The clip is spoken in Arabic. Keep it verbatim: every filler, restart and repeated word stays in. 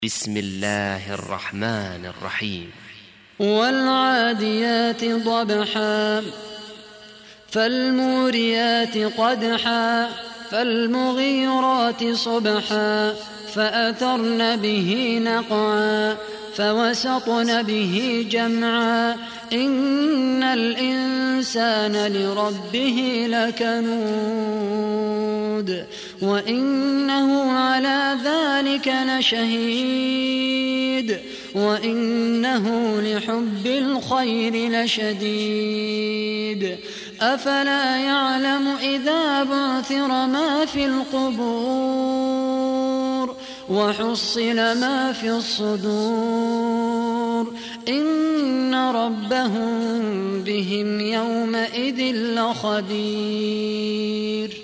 بسم الله الرحمن الرحيم. والعاديات ضبحا فالموريات قدحا فالمغيرات صبحا فأثرن به نقعا فوسطن به جمعا إن الإنسان لربه لكنود وإنه على ذلك لشهيد وإنه لحب الخير لشديد أفلا يعلم إذا بعثر ما في القبور وحصل ما في الصدور إن ربهم بهم يومئذ لخبير.